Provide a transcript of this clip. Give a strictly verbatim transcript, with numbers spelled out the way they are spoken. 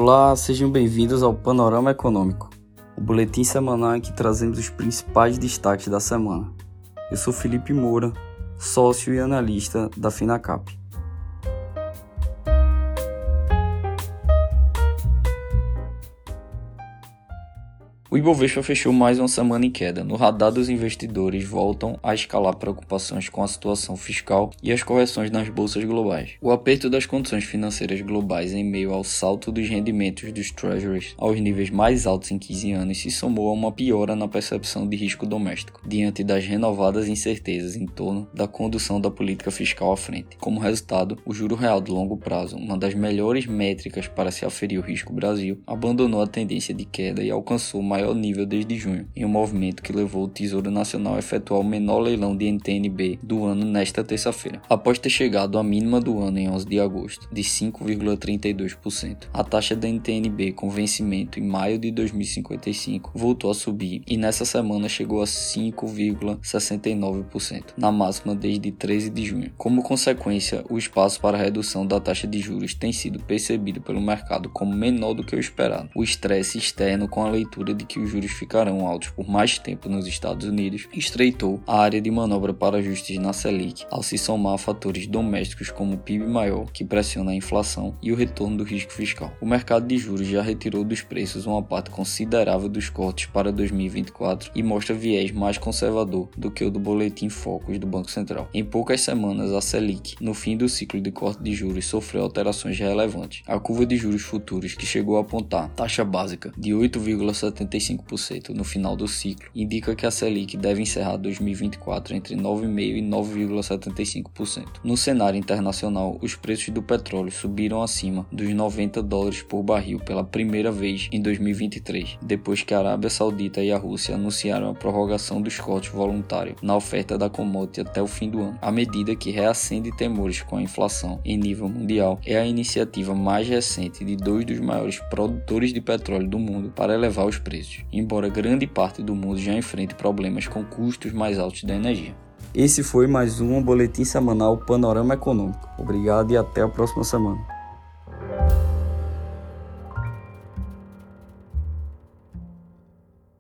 Olá, sejam bem-vindos ao Panorama Econômico, o boletim semanal em que trazemos os principais destaques da semana. Eu sou Felipe Moura, sócio e analista da Finacap. O Ibovespa fechou mais uma semana em queda. No radar dos investidores voltam a escalar preocupações com a situação fiscal e as correções nas bolsas globais. O aperto das condições financeiras globais em meio ao salto dos rendimentos dos treasuries aos níveis mais altos em quinze anos se somou a uma piora na percepção de risco doméstico, diante das renovadas incertezas em torno da condução da política fiscal à frente. Como resultado, o juro real de longo prazo, uma das melhores métricas para se aferir o risco Brasil, abandonou a tendência de queda e alcançou maior nível desde junho, em um movimento que levou o Tesouro Nacional a efetuar o menor leilão de N T N B do ano nesta terça-feira. Após ter chegado à mínima do ano em onze de agosto, de cinco vírgula trinta e dois por cento, a taxa da N T N B com vencimento em maio de dois mil e cinquenta e cinco voltou a subir e nessa semana chegou a cinco vírgula sessenta e nove por cento, na máxima desde treze de junho. Como consequência, o espaço para a redução da taxa de juros tem sido percebido pelo mercado como menor do que o esperado. O estresse externo com a leitura de que os juros ficarão altos por mais tempo nos Estados Unidos estreitou a área de manobra para ajustes na Selic, ao se somar a fatores domésticos como o P I B maior, que pressiona a inflação, e o retorno do risco fiscal. O mercado de juros já retirou dos preços uma parte considerável dos cortes para dois mil e vinte e quatro e mostra viés mais conservador do que o do boletim Focus do Banco Central. Em poucas semanas, a Selic, no fim do ciclo de corte de juros, sofreu alterações relevantes. A curva de juros futuros, que chegou a apontar taxa básica de oito vírgula setenta e cinco por cento no final do ciclo, indica que a Selic deve encerrar dois mil e vinte e quatro entre nove vírgula cinco por cento e nove vírgula setenta e cinco por cento. No cenário internacional, os preços do petróleo subiram acima dos noventa dólares por barril pela primeira vez em dois mil e vinte e três, depois que a Arábia Saudita e a Rússia anunciaram a prorrogação dos cortes voluntários na oferta da commodity até o fim do ano. A medida, que reacende temores com a inflação em nível mundial, é a iniciativa mais recente de dois dos maiores produtores de petróleo do mundo para elevar os preços, embora grande parte do mundo já enfrente problemas com custos mais altos da energia. Esse foi mais um boletim semanal Panorama Econômico. Obrigado e até a próxima semana.